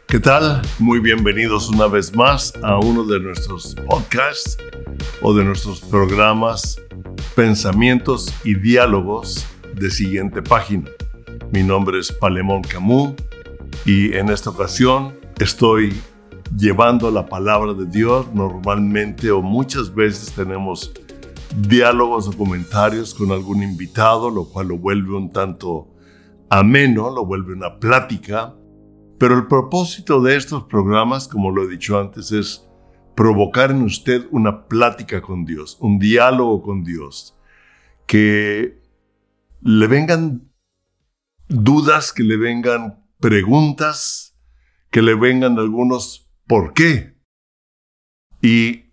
¿Qué tal? Muy bienvenidos una vez más a uno de nuestros podcasts o de nuestros programas Pensamientos y Diálogos de Siguiente Página. Mi nombre es Palemón Camus y en esta ocasión estoy llevando la palabra de Dios. Normalmente o muchas veces tenemos diálogos o comentarios con algún invitado, lo cual lo vuelve un tanto ameno, lo vuelve una plática. Pero el propósito de estos programas, como lo he dicho antes, es provocar en usted una plática con Dios, un diálogo con Dios, que le vengan dudas, que le vengan preguntas, que le vengan algunos ¿por qué? Y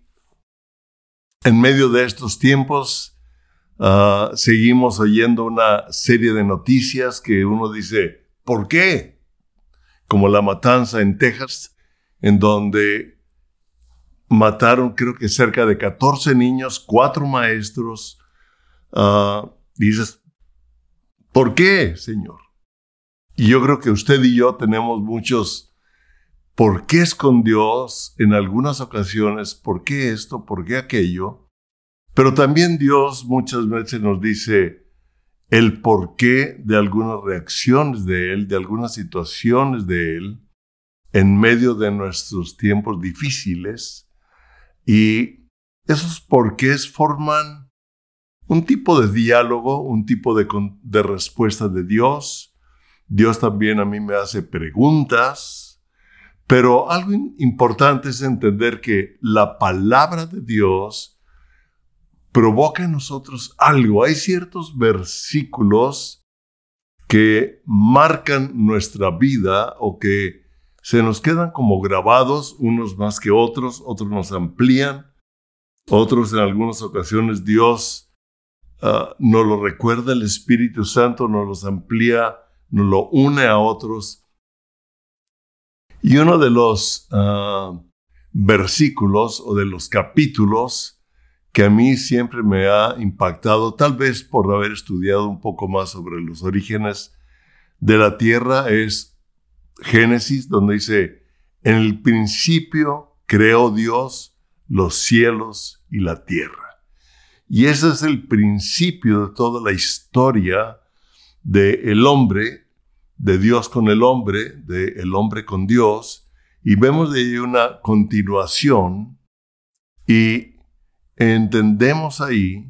en medio de estos tiempos seguimos oyendo una serie de noticias que uno dice ¿por qué? Como la matanza en Texas, en donde mataron creo que cerca de 14 niños, 4 maestros. Dices, ¿por qué, Señor? Y yo creo que usted y yo tenemos muchos ¿por qué con Dios en algunas ocasiones? ¿Por qué esto? ¿Por qué aquello? Pero también Dios muchas veces nos dice el porqué de algunas reacciones de Él, de algunas situaciones de Él, en medio de nuestros tiempos difíciles. Y esos porqués forman un tipo de diálogo, un tipo de respuesta de Dios. Dios también a mí me hace preguntas. Pero algo importante es entender que la palabra de Dios provoca en nosotros algo. Hay ciertos versículos que marcan nuestra vida o que se nos quedan como grabados, unos más que otros nos amplían, otros en algunas ocasiones Dios nos lo recuerda, el Espíritu Santo nos los amplía, nos lo une a otros. Y uno de los versículos o de los capítulos que a mí siempre me ha impactado, tal vez por haber estudiado un poco más sobre los orígenes de la tierra, es Génesis, donde dice, en el principio creó Dios los cielos y la tierra. Y ese es el principio de toda la historia del hombre, de Dios con el hombre, del hombre con Dios, y vemos de ahí una continuación y entendemos ahí,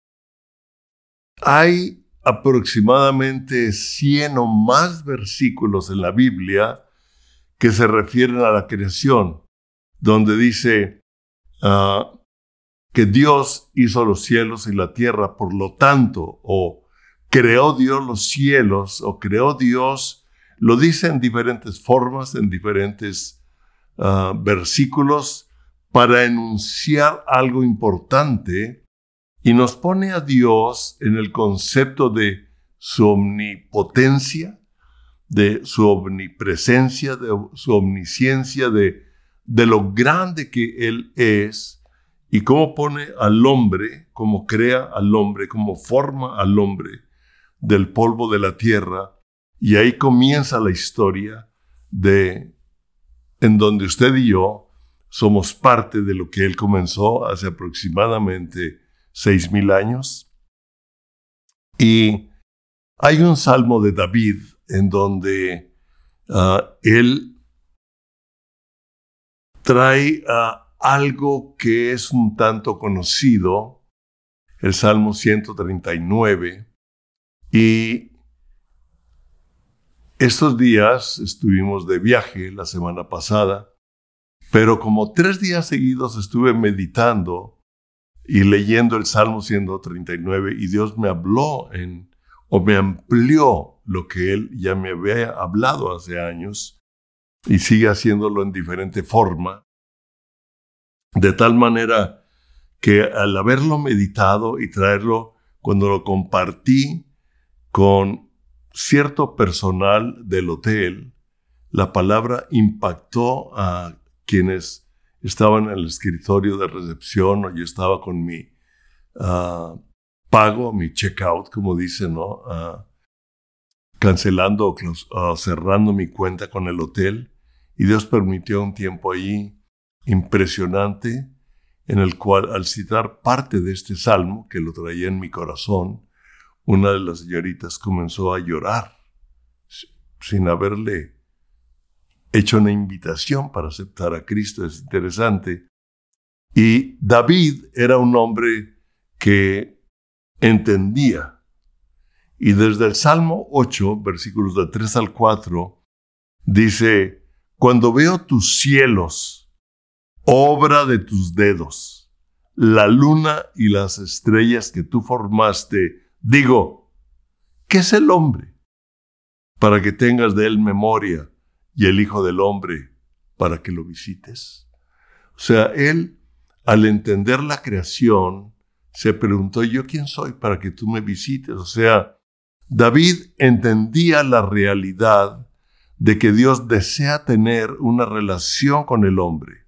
hay aproximadamente 100 o más versículos en la Biblia que se refieren a la creación, donde dice que Dios hizo los cielos y la tierra, por lo tanto, o creó Dios los cielos, o creó Dios, lo dice en diferentes formas, en diferentes versículos, para enunciar algo importante y nos pone a Dios en el concepto de su omnipotencia, de su omnipresencia, de su omnisciencia, de lo grande que Él es y cómo pone al hombre, cómo crea al hombre, cómo forma al hombre del polvo de la tierra. Y ahí comienza la historia en donde usted y yo somos parte de lo que Él comenzó hace aproximadamente 6,000 años. Y hay un salmo de David en donde él trae algo que es un tanto conocido, el Salmo 139. Y estos días estuvimos de viaje la semana pasada, pero como 3 días seguidos estuve meditando y leyendo el Salmo 139 y Dios me habló o me amplió lo que Él ya me había hablado hace años y sigue haciéndolo en diferente forma, de tal manera que al haberlo meditado y traerlo, cuando lo compartí con cierto personal del hotel, la palabra impactó a quienes estaban en el escritorio de recepción, o yo estaba con mi pago, mi checkout, como dicen, ¿no? Cancelando o cerrando mi cuenta con el hotel. Y Dios permitió un tiempo allí impresionante en el cual, al citar parte de este salmo, que lo traía en mi corazón, una de las señoritas comenzó a llorar sin haberle hecho una invitación para aceptar a Cristo. Es interesante. Y David era un hombre que entendía. Y desde el Salmo 8, versículos de 3 al 4, dice: cuando veo tus cielos, obra de tus dedos, la luna y las estrellas que tú formaste, digo, ¿qué es el hombre para que tengas de él memoria, y el hijo del hombre para que lo visites? O sea, él, al entender la creación, se preguntó: ¿yo quién soy para que tú me visites? O sea, David entendía la realidad de que Dios desea tener una relación con el hombre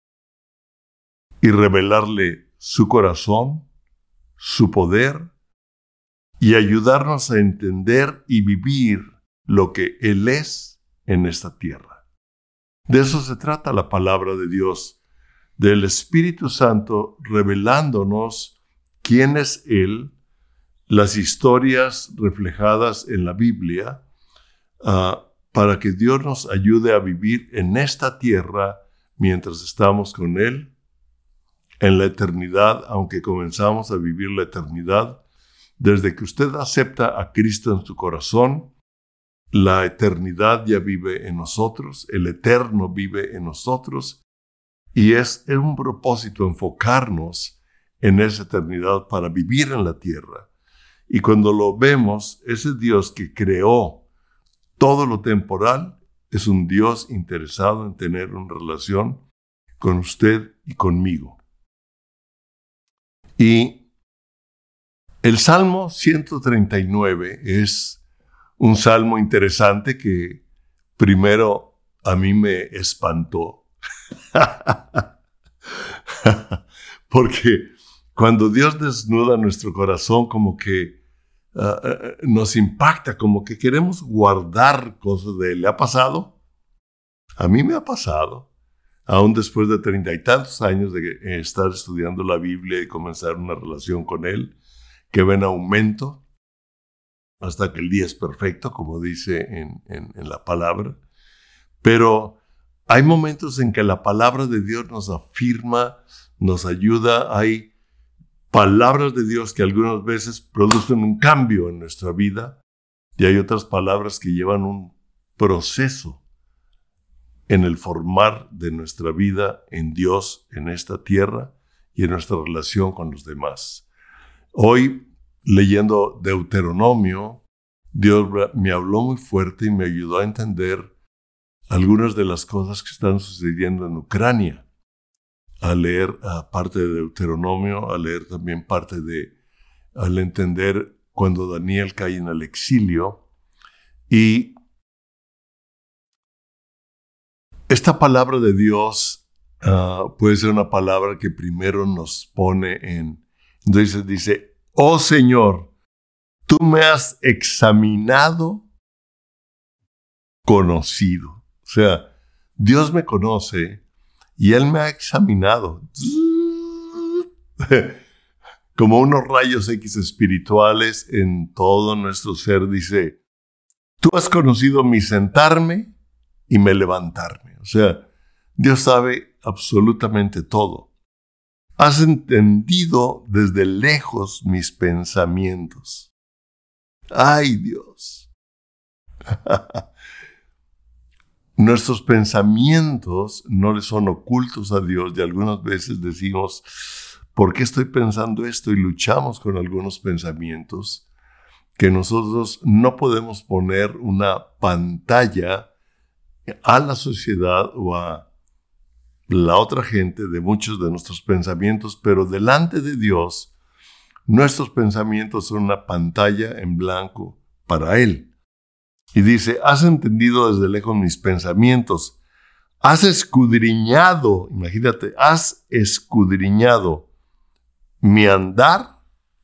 y revelarle su corazón, su poder, y ayudarnos a entender y vivir lo que Él es en esta tierra. De eso se trata la palabra de Dios, del Espíritu Santo revelándonos quién es Él, las historias reflejadas en la Biblia, para que Dios nos ayude a vivir en esta tierra mientras estamos con Él en la eternidad, aunque comenzamos a vivir la eternidad. Desde que usted acepta a Cristo en su corazón, la eternidad ya vive en nosotros, el eterno vive en nosotros, y es un propósito enfocarnos en esa eternidad para vivir en la tierra. Y cuando lo vemos, ese Dios que creó todo lo temporal es un Dios interesado en tener una relación con usted y conmigo. Y el Salmo 139 es un salmo interesante que primero a mí me espantó. Porque cuando Dios desnuda nuestro corazón, como que nos impacta, como que queremos guardar cosas de Él. ¿Le ha pasado? A mí me ha pasado. Aún después de 30 y tantos años de estar estudiando la Biblia y comenzar una relación con Él, que va en aumento hasta que el día es perfecto, como dice en la palabra. Pero hay momentos en que la palabra de Dios nos afirma, nos ayuda. Hay palabras de Dios que algunas veces producen un cambio en nuestra vida, y hay otras palabras que llevan un proceso en el formar de nuestra vida en Dios, en esta tierra y en nuestra relación con los demás. Hoy, leyendo Deuteronomio, Dios me habló muy fuerte y me ayudó a entender algunas de las cosas que están sucediendo en Ucrania. Al leer parte de Deuteronomio, al leer también al entender cuando Daniel cae en el exilio. Y esta palabra de Dios puede ser una palabra que primero nos pone entonces dice: oh Señor, tú me has examinado, conocido. O sea, Dios me conoce y Él me ha examinado. Como unos rayos X espirituales en todo nuestro ser. Dice: tú has conocido mi sentarme y mi levantarme. O sea, Dios sabe absolutamente todo. Has entendido desde lejos mis pensamientos. ¡Ay, Dios! Nuestros pensamientos no le son ocultos a Dios, y algunas veces decimos: ¿por qué estoy pensando esto? Y luchamos con algunos pensamientos que nosotros no podemos poner una pantalla a la sociedad o a la otra gente de muchos de nuestros pensamientos, pero delante de Dios, nuestros pensamientos son una pantalla en blanco para Él. Y dice: has entendido desde lejos mis pensamientos, has escudriñado, imagínate, has escudriñado mi andar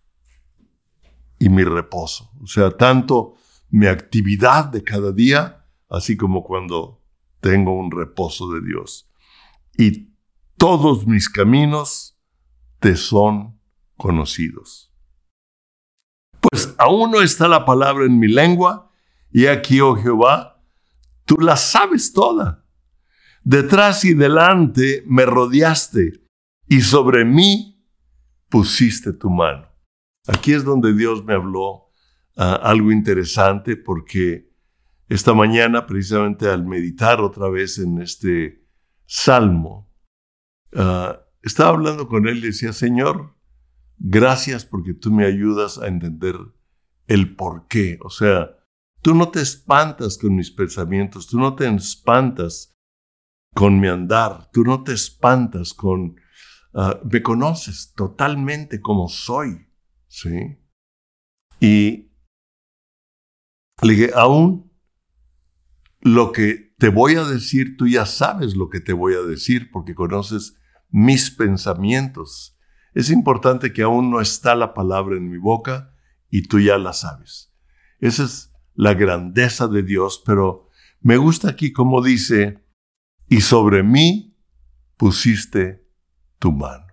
y mi reposo. O sea, tanto mi actividad de cada día, así como cuando tengo un reposo de Dios. Y todos mis caminos te son conocidos. Pues aún no está la palabra en mi lengua, y aquí, oh Jehová, tú la sabes toda. Detrás y delante me rodeaste, y sobre mí pusiste tu mano. Aquí es donde Dios me habló algo interesante, porque esta mañana, precisamente al meditar otra vez en este salmo, estaba hablando con él y decía: Señor, gracias porque tú me ayudas a entender el por qué. O sea, tú no te espantas con mis pensamientos, tú no te espantas con mi andar, tú no te espantas con... me conoces totalmente como soy, ¿sí? Y le dije, aún lo que te voy a decir, tú ya sabes lo que te voy a decir porque conoces mis pensamientos. Es importante que aún no está la palabra en mi boca y tú ya la sabes. Esa es la grandeza de Dios, pero me gusta aquí como dice, y sobre mí pusiste tu mano.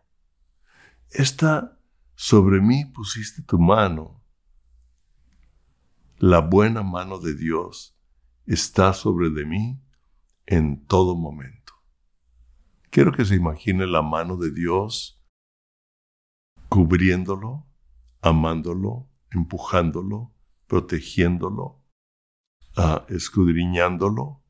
Sobre mí pusiste tu mano. La buena mano de Dios está sobre de mí en todo momento. Quiero que se imagine la mano de Dios cubriéndolo, amándolo, empujándolo, protegiéndolo, escudriñándolo,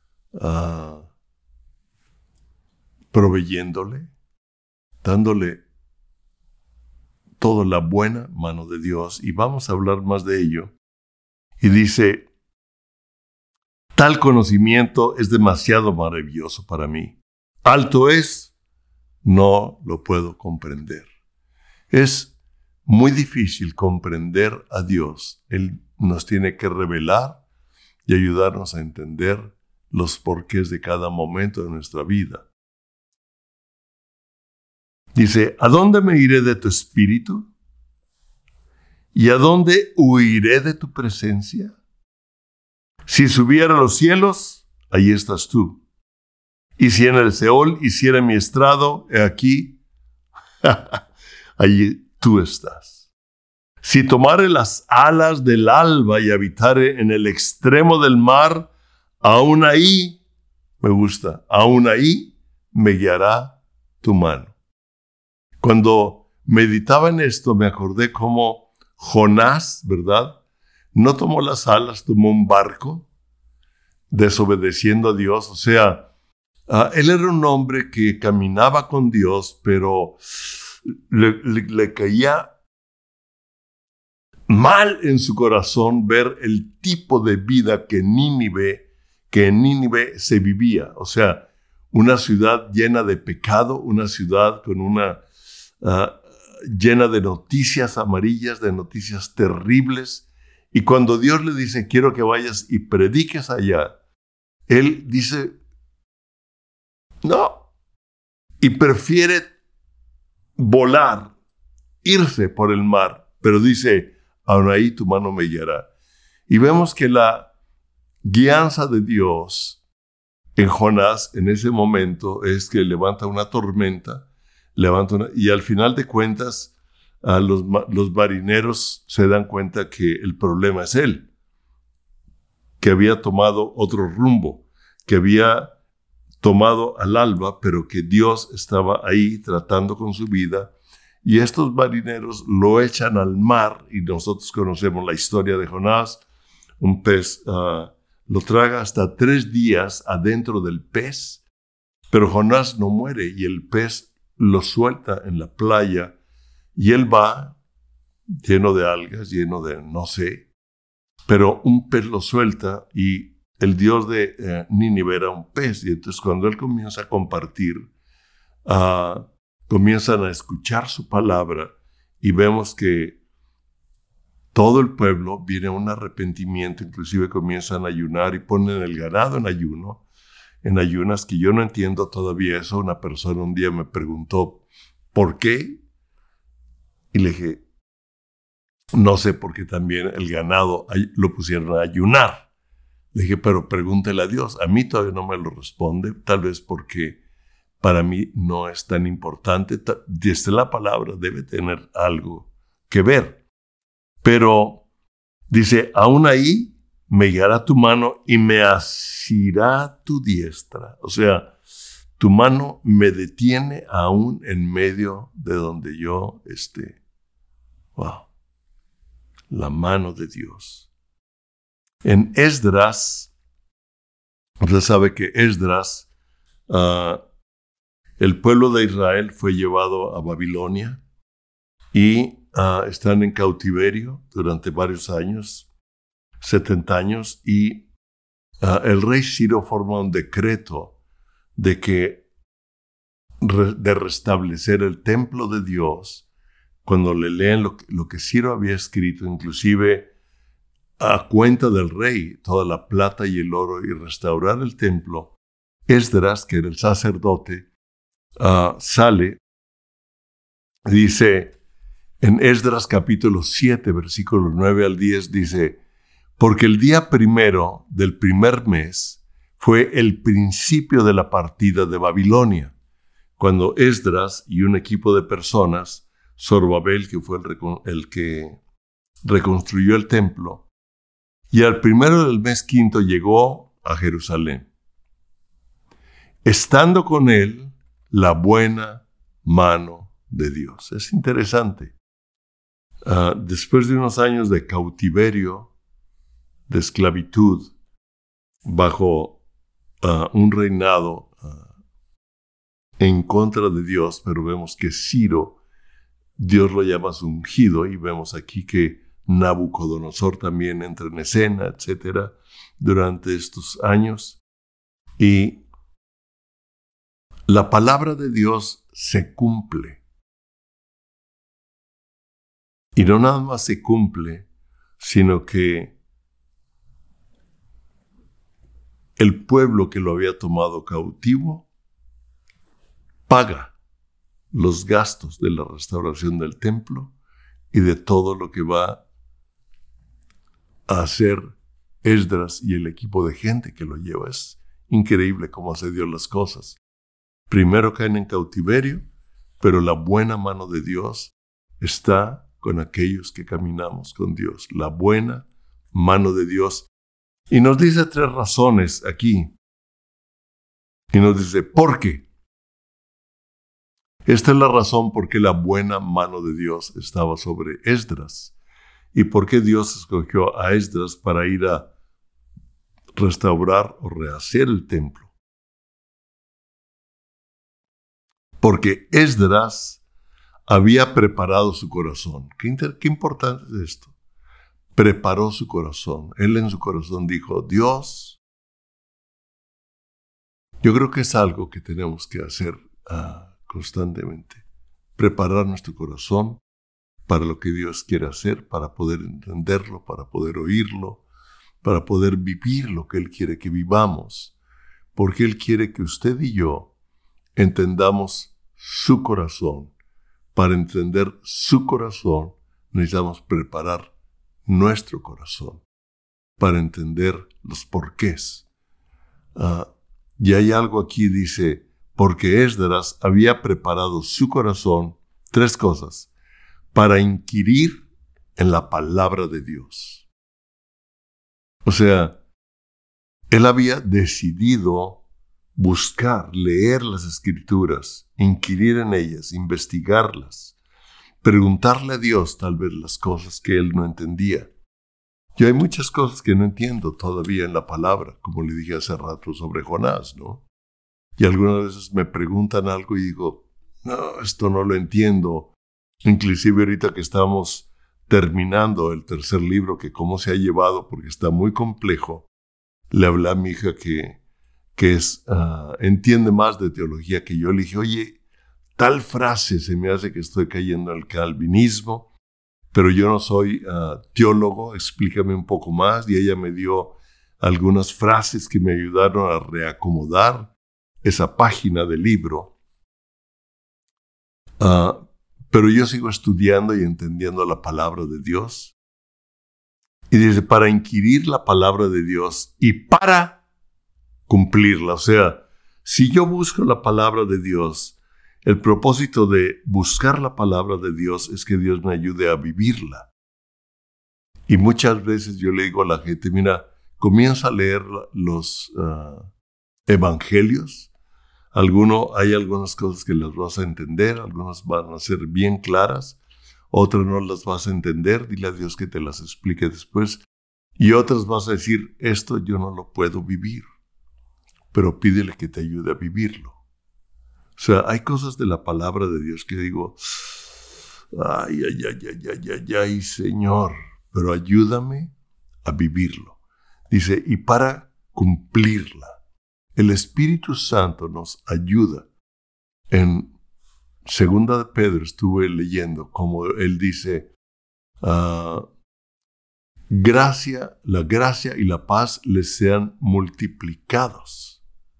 proveyéndole, dándole toda la buena mano de Dios. Y vamos a hablar más de ello. Y dice, tal conocimiento es demasiado maravilloso para mí. Alto es, no lo puedo comprender. Es muy difícil comprender a Dios. Él nos tiene que revelar y ayudarnos a entender los porqués de cada momento de nuestra vida. Dice, ¿a dónde me iré de tu espíritu? ¿Y a dónde huiré de tu presencia? Si subiera a los cielos, allí estás tú. Y si en el Seol hiciera mi estrado, he aquí, allí tú estás. Si tomare las alas del alba y habitare en el extremo del mar, aún ahí, me gusta, aún ahí me guiará tu mano. Cuando meditaba en esto, me acordé cómo Jonás, ¿verdad? No tomó las alas, tomó un barco, desobedeciendo a Dios. O sea, él era un hombre que caminaba con Dios, pero le caía mal en su corazón ver el tipo de vida que en Nínive se vivía. O sea, una ciudad llena de pecado, una ciudad con llena de noticias amarillas, de noticias terribles. Y cuando Dios le dice, quiero que vayas y prediques allá, él dice, no. Y prefiere volar, irse por el mar, pero dice, aún ahí tu mano me guiará. Y vemos que la guianza de Dios en Jonás en ese momento es que levanta una tormenta, y al final de cuentas los marineros se dan cuenta que el problema es él, que había tomado otro rumbo, que había tomado al alba, pero que Dios estaba ahí tratando con su vida, y estos marineros lo echan al mar, y nosotros conocemos la historia de Jonás. Un pez lo traga hasta 3 días adentro del pez, pero Jonás no muere, y el pez lo suelta en la playa, y él va lleno de algas, lleno de no sé, pero un pez lo suelta, y el Dios de Nínive era un pez. Y entonces cuando él comienza a compartir, comienzan a escuchar su palabra, y vemos que todo el pueblo viene a un arrepentimiento, inclusive comienzan a ayunar y ponen el ganado en ayunas, que yo no entiendo todavía eso. Una persona un día me preguntó, ¿por qué? Y le dije, no sé, porque también el ganado lo pusieron a ayunar. Le dije, pero pregúntele a Dios. A mí todavía no me lo responde, tal vez porque para mí no es tan importante. Desde la palabra debe tener algo que ver. Pero dice, aún ahí me guiará tu mano y me asirá tu diestra. O sea, tu mano me detiene aún en medio de donde yo esté. Wow. La mano de Dios. En Esdras, usted sabe que Esdras, el pueblo de Israel fue llevado a Babilonia y están en cautiverio durante varios años, 70 años, y el rey Ciro forma un decreto de restablecer el templo de Dios. Cuando le leen lo que Ciro había escrito, inclusive a cuenta del rey, toda la plata y el oro, y restaurar el templo, Esdras, que era el sacerdote, sale, dice en Esdras capítulo 7, versículos 9 al 10, dice, porque el día primero del primer mes fue el principio de la partida de Babilonia, cuando Esdras y un equipo de personas, Zorobabel, que fue el que reconstruyó el templo, y al primero del mes quinto llegó a Jerusalén, estando con él la buena mano de Dios. Es interesante. Después de unos años de cautiverio, de esclavitud, bajo un reinado en contra de Dios, pero vemos que Ciro, Dios lo llama su ungido, y vemos aquí que Nabucodonosor también entra en escena, etcétera, durante estos años. Y la palabra de Dios se cumple. Y no nada más se cumple, sino que el pueblo que lo había tomado cautivo paga los gastos de la restauración del templo y de todo lo que va a hacer Esdras y el equipo de gente que lo lleva. Es increíble cómo hace Dios las cosas. Primero caen en cautiverio, pero la buena mano de Dios está con aquellos que caminamos con Dios. La buena mano de Dios. Y nos dice 3 razones aquí. Y nos dice, ¿por qué? Esta es la razón por qué la buena mano de Dios estaba sobre Esdras. ¿Y por qué Dios escogió a Esdras para ir a restaurar o rehacer el templo? Porque Esdras había preparado su corazón. Qué importante es esto. Preparó su corazón. Él en su corazón dijo, Dios, yo creo que es algo que tenemos que hacer constantemente. Preparar nuestro corazón para lo que Dios quiere hacer, para poder entenderlo, para poder oírlo, para poder vivir lo que Él quiere que vivamos, porque Él quiere que usted y yo entendamos su corazón. Para entender su corazón, necesitamos preparar nuestro corazón para entender los porqués. Y hay algo aquí, dice, porque Esdras había preparado su corazón, 3 cosas, para inquirir en la palabra de Dios. O sea, él había decidido buscar, leer las Escrituras, inquirir en ellas, investigarlas, preguntarle a Dios tal vez las cosas que él no entendía. Yo hay muchas cosas que no entiendo todavía en la palabra, como le dije hace rato sobre Jonás, ¿no? Y algunas veces me preguntan algo y digo, no, esto no lo entiendo. Inclusive ahorita que estamos terminando el 3er libro, que cómo se ha llevado, porque está muy complejo, le hablé a mi hija que entiende más de teología que yo. Le dije, oye, tal frase se me hace que estoy cayendo al calvinismo, pero yo no soy teólogo, explícame un poco más. Y ella me dio algunas frases que me ayudaron a reacomodar esa página del libro. Pero yo sigo estudiando y entendiendo la palabra de Dios. Y dice, para inquirir la palabra de Dios y para cumplirla. O sea, si yo busco la palabra de Dios, el propósito de buscar la palabra de Dios es que Dios me ayude a vivirla. Y muchas veces yo le digo a la gente, mira, comienza a leer los evangelios. Hay algunas cosas que las vas a entender, algunas van a ser bien claras, otras no las vas a entender, dile a Dios que te las explique después. Y otras vas a decir, esto yo no lo puedo vivir, pero pídele que te ayude a vivirlo. O sea, hay cosas de la palabra de Dios que digo, ay, Señor, pero ayúdame a vivirlo. Dice, y para cumplirla. El Espíritu Santo nos ayuda. En Segunda de Pedro estuve leyendo como él dice, la gracia y la paz les sean multiplicados.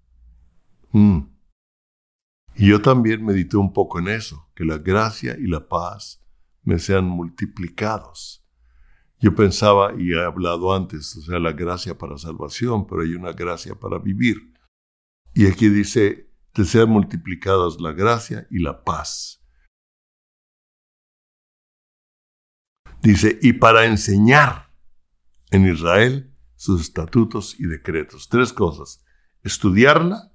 Y yo también medité un poco en eso, que la gracia y la paz me sean multiplicados. Yo pensaba, y he hablado antes, o sea, la gracia para salvación, pero hay una gracia para vivir. Y aquí dice, te sean multiplicadas la gracia y la paz. Dice, y para enseñar en Israel sus estatutos y decretos. 3 cosas, estudiarla,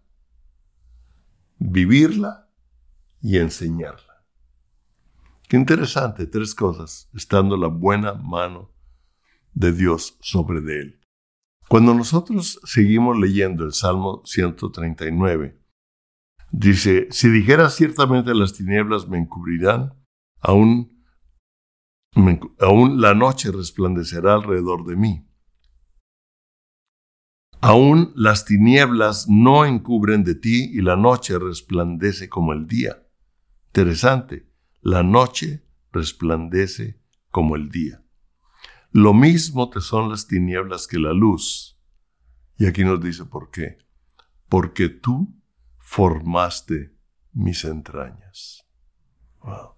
vivirla y enseñarla. Qué interesante, 3 cosas, estando la buena mano de Dios sobre de él. Cuando nosotros seguimos leyendo el Salmo 139, dice, si dijera ciertamente las tinieblas me encubrirán, aún la noche resplandecerá alrededor de mí. Aún las tinieblas no encubren de ti y la noche resplandece como el día. Interesante, la noche resplandece como el día. Lo mismo te son las tinieblas que la luz. Y aquí nos dice por qué. Porque tú formaste mis entrañas. Wow.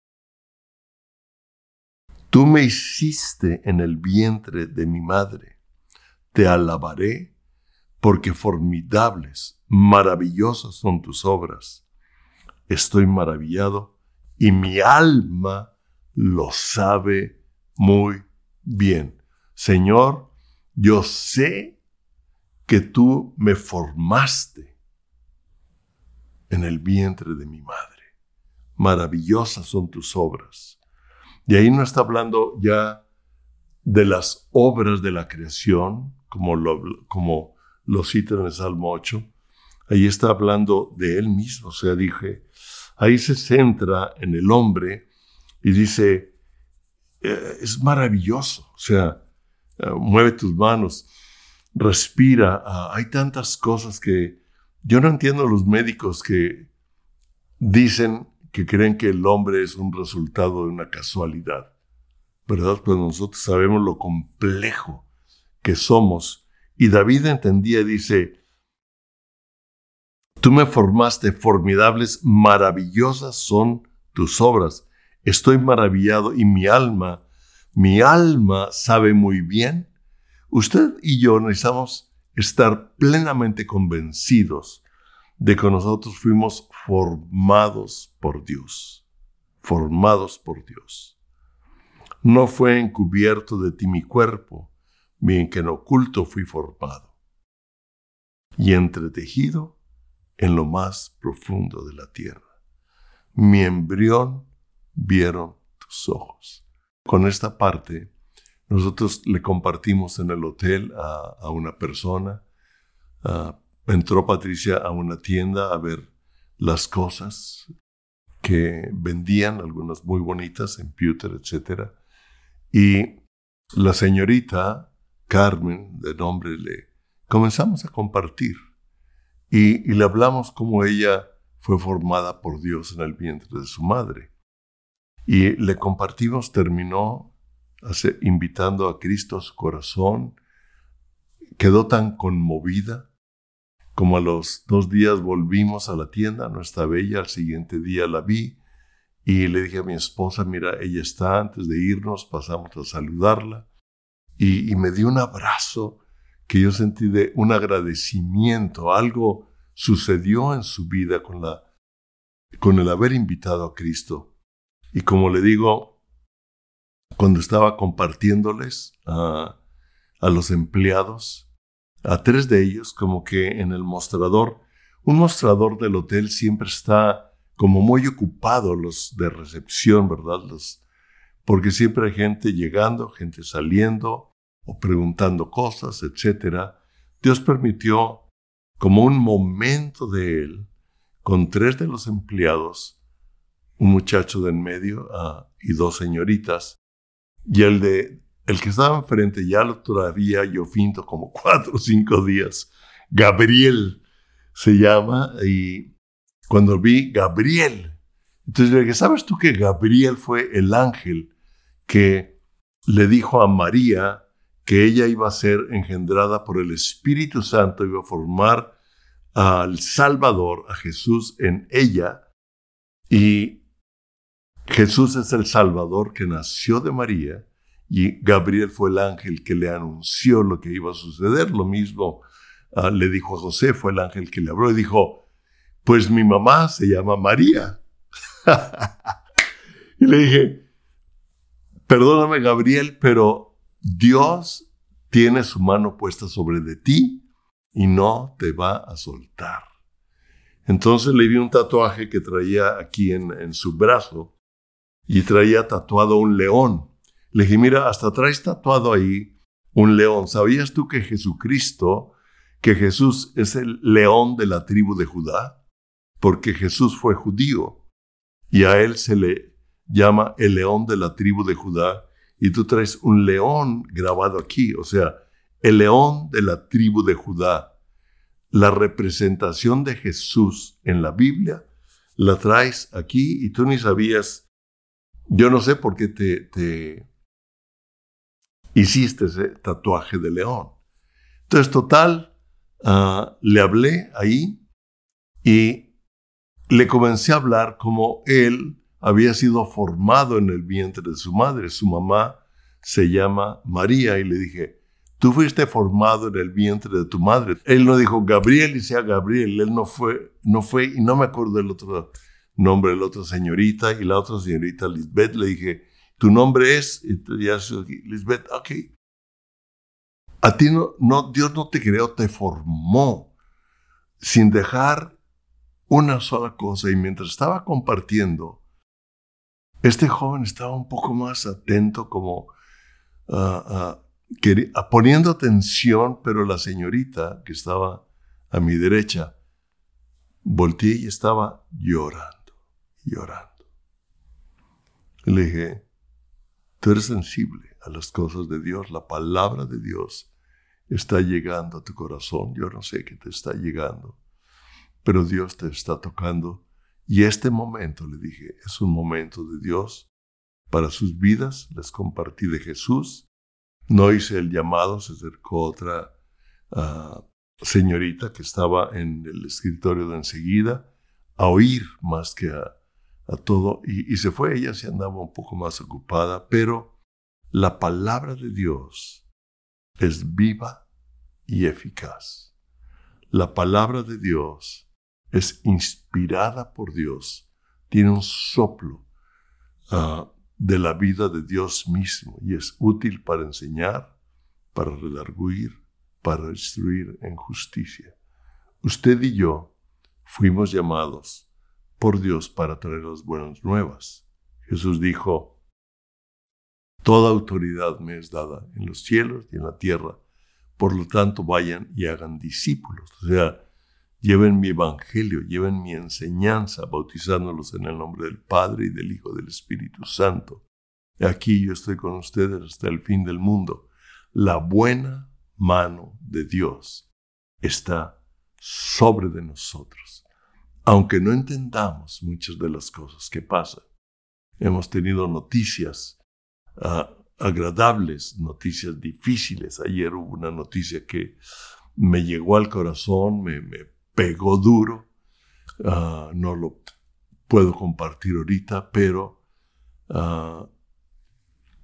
Tú me hiciste en el vientre de mi madre. Te alabaré porque formidables, maravillosas son tus obras. Estoy maravillado y mi alma lo sabe muy bien. Señor, yo sé que tú me formaste en el vientre de mi madre. Maravillosas son tus obras. Y ahí no está hablando ya de las obras de la creación, como lo cita en el Salmo 8. Ahí está hablando de él mismo. O sea, ahí se centra en el hombre y dice, es maravilloso. O sea, mueve tus manos, respira. Hay tantas cosas que yo no entiendo los médicos que dicen que creen que el hombre es un resultado de una casualidad, ¿verdad? Pues nosotros sabemos lo complejo que somos. Y David entendía y dice, tú me formaste, formidables, maravillosas son tus obras. Estoy maravillado y mi alma sabe muy bien. Usted y yo necesitamos estar plenamente convencidos de que nosotros fuimos formados por Dios. Formados por Dios. No fue encubierto de ti mi cuerpo, bien que en oculto fui formado y entretejido en lo más profundo de la tierra. Mi embrión vieron tus ojos. Con esta parte, nosotros le compartimos en el hotel a una persona. Entró Patricia a una tienda a ver las cosas que vendían, algunas muy bonitas, en pewter, etc. Y la señorita Carmen, de nombre, le comenzamos a compartir. Y le hablamos cómo ella fue formada por Dios en el vientre de su madre. Y le compartimos, terminó invitando a Cristo a su corazón. Quedó tan conmovida. Como a los 2 días volvimos a la tienda, no estaba ella, al siguiente día la vi y le dije a mi esposa, mira, ella está, antes de irnos pasamos a saludarla y me dio un abrazo que yo sentí de un agradecimiento. Algo sucedió en su vida con el haber invitado a Cristo. Y como le digo, cuando estaba compartiéndoles a los empleados, a 3 de ellos, como que en el mostrador, un mostrador del hotel siempre está como muy ocupado, los de recepción, ¿verdad? Porque siempre hay gente llegando, gente saliendo o preguntando cosas, etc. Dios permitió como un momento de él, con 3 de los empleados, un muchacho de en medio y 2 señoritas, y el que estaba enfrente ya lo todavía yo finto como 4 o 5 días. Gabriel se llama, y cuando vi Gabriel, entonces le dije, ¿sabes tú que Gabriel fue el ángel que le dijo a María que ella iba a ser engendrada por el Espíritu Santo, iba a formar al Salvador, a Jesús en ella, y Jesús es el Salvador que nació de María, y Gabriel fue el ángel que le anunció lo que iba a suceder? Lo mismo le dijo a José, fue el ángel que le habló y dijo, pues mi mamá se llama María. Y le dije, perdóname Gabriel, pero Dios tiene su mano puesta sobre de ti y no te va a soltar. Entonces le vi un tatuaje que traía aquí en su brazo y traía tatuado un león. Le dije, mira, hasta traes tatuado ahí un león. ¿Sabías tú que Jesús es el león de la tribu de Judá? Porque Jesús fue judío y a él se le llama el león de la tribu de Judá, y tú traes un león grabado aquí, o sea, el león de la tribu de Judá. La representación de Jesús en la Biblia la traes aquí y tú ni sabías. Yo no sé por qué te hiciste ese tatuaje de león. Entonces, total, le hablé ahí y le comencé a hablar como él había sido formado en el vientre de su madre. Su mamá se llama María, y le dije, tú fuiste formado en el vientre de tu madre. Él no dijo Gabriel y sea Gabriel, él no fue, y no me acuerdo del otro nombre de la otra señorita, y la otra señorita Lisbeth, le dije, tu nombre es, y ya Lisbeth, ok. A ti Dios no te creó, te formó sin dejar una sola cosa. Y mientras estaba compartiendo, este joven estaba un poco más atento, como poniendo atención, pero la señorita que estaba a mi derecha, volteé y estaba llorando. Y le dije, tú eres sensible a las cosas de Dios, la palabra de Dios está llegando a tu corazón. Yo no sé qué te está llegando, pero Dios te está tocando. Y este momento, le dije, es un momento de Dios para sus vidas. Les compartí de Jesús. No hice el llamado, se acercó otra señorita que estaba en el escritorio de enseguida a oír más que a todo, y se fue. Ella se andaba un poco más ocupada, pero la palabra de Dios es viva y eficaz. La palabra de Dios es inspirada por Dios, tiene un soplo de la vida de Dios mismo, y es útil para enseñar, para redarguir, para instruir en justicia. Usted y yo fuimos llamados por Dios para traer las buenas nuevas. Jesús dijo, toda autoridad me es dada en los cielos y en la tierra, por lo tanto vayan y hagan discípulos. O sea, lleven mi evangelio, lleven mi enseñanza, bautizándolos en el nombre del Padre y del Hijo y del Espíritu Santo. Aquí yo estoy con ustedes hasta el fin del mundo. La buena mano de Dios está sobre de nosotros. Aunque no entendamos muchas de las cosas que pasan, hemos tenido noticias agradables, noticias difíciles. Ayer hubo una noticia que me llegó al corazón, me pegó duro. No lo puedo compartir ahorita, pero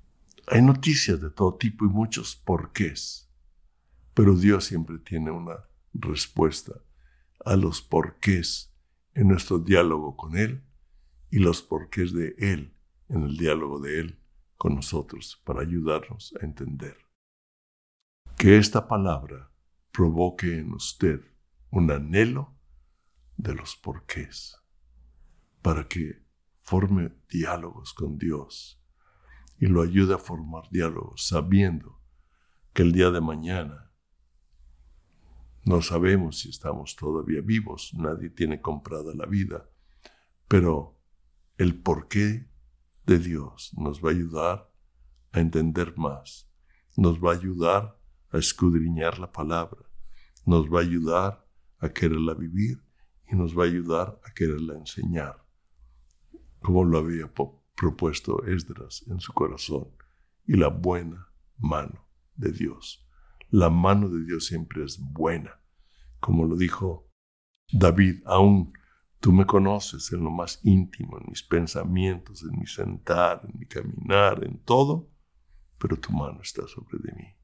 Hay noticias de todo tipo y muchos porqués, pero Dios siempre tiene una respuesta a los porqués en nuestro diálogo con Él y los porqués de Él en el diálogo de Él con nosotros para ayudarnos a entender. Que esta palabra provoque en usted un anhelo de los porqués para que forme diálogos con Dios y lo ayude a formar diálogos sabiendo que el día de mañana no sabemos si estamos todavía vivos, nadie tiene comprada la vida, pero el porqué de Dios nos va a ayudar a entender más, nos va a ayudar a escudriñar la palabra, nos va a ayudar a quererla vivir y nos va a ayudar a quererla enseñar, como lo había propuesto Esdras en su corazón, y la buena mano de Dios. La mano de Dios siempre es buena. Como lo dijo David, aún tú me conoces en lo más íntimo, en mis pensamientos, en mi sentar, en mi caminar, en todo, pero tu mano está sobre de mí.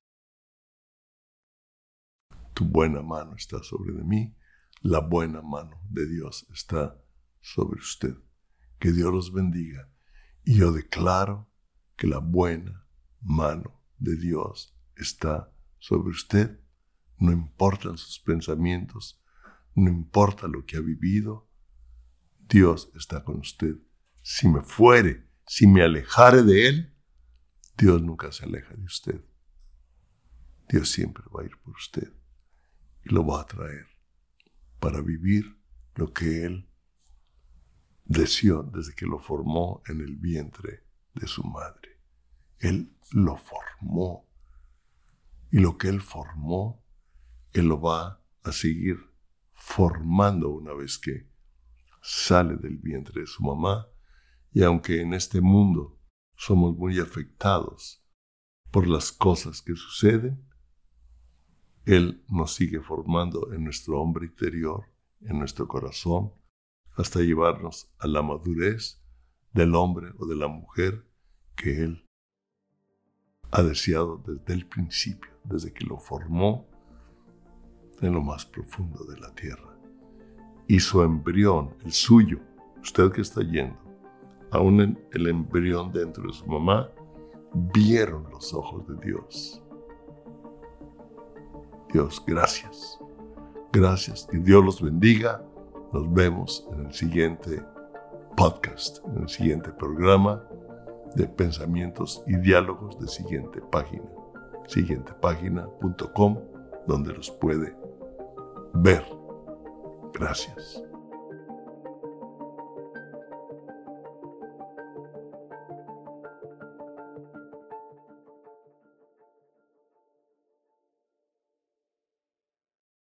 Tu buena mano está sobre de mí, la buena mano de Dios está sobre usted. Que Dios los bendiga. Y yo declaro que la buena mano de Dios está sobre usted. No importan sus pensamientos, no importa lo que ha vivido, Dios está con usted. Si me fuere, si me alejare de Él, Dios nunca se aleja de usted. Dios siempre va a ir por usted y lo va a traer para vivir lo que Él deseó desde que lo formó en el vientre de su madre. Él lo formó y lo que Él formó, Él lo va a seguir formando una vez que sale del vientre de su mamá. Y aunque en este mundo somos muy afectados por las cosas que suceden, Él nos sigue formando en nuestro hombre interior, en nuestro corazón, hasta llevarnos a la madurez del hombre o de la mujer que Él ha deseado desde el principio, desde que lo formó en lo más profundo de la tierra. Y su embrión, el suyo, usted que está yendo, aún en el embrión dentro de su mamá, vieron los ojos de Dios. Dios, gracias. Gracias. Que Dios los bendiga. Nos vemos en el siguiente podcast, en el siguiente programa de pensamientos y diálogos de Siguiente Página. Siguientepagina.com, donde los puede ver. Gracias.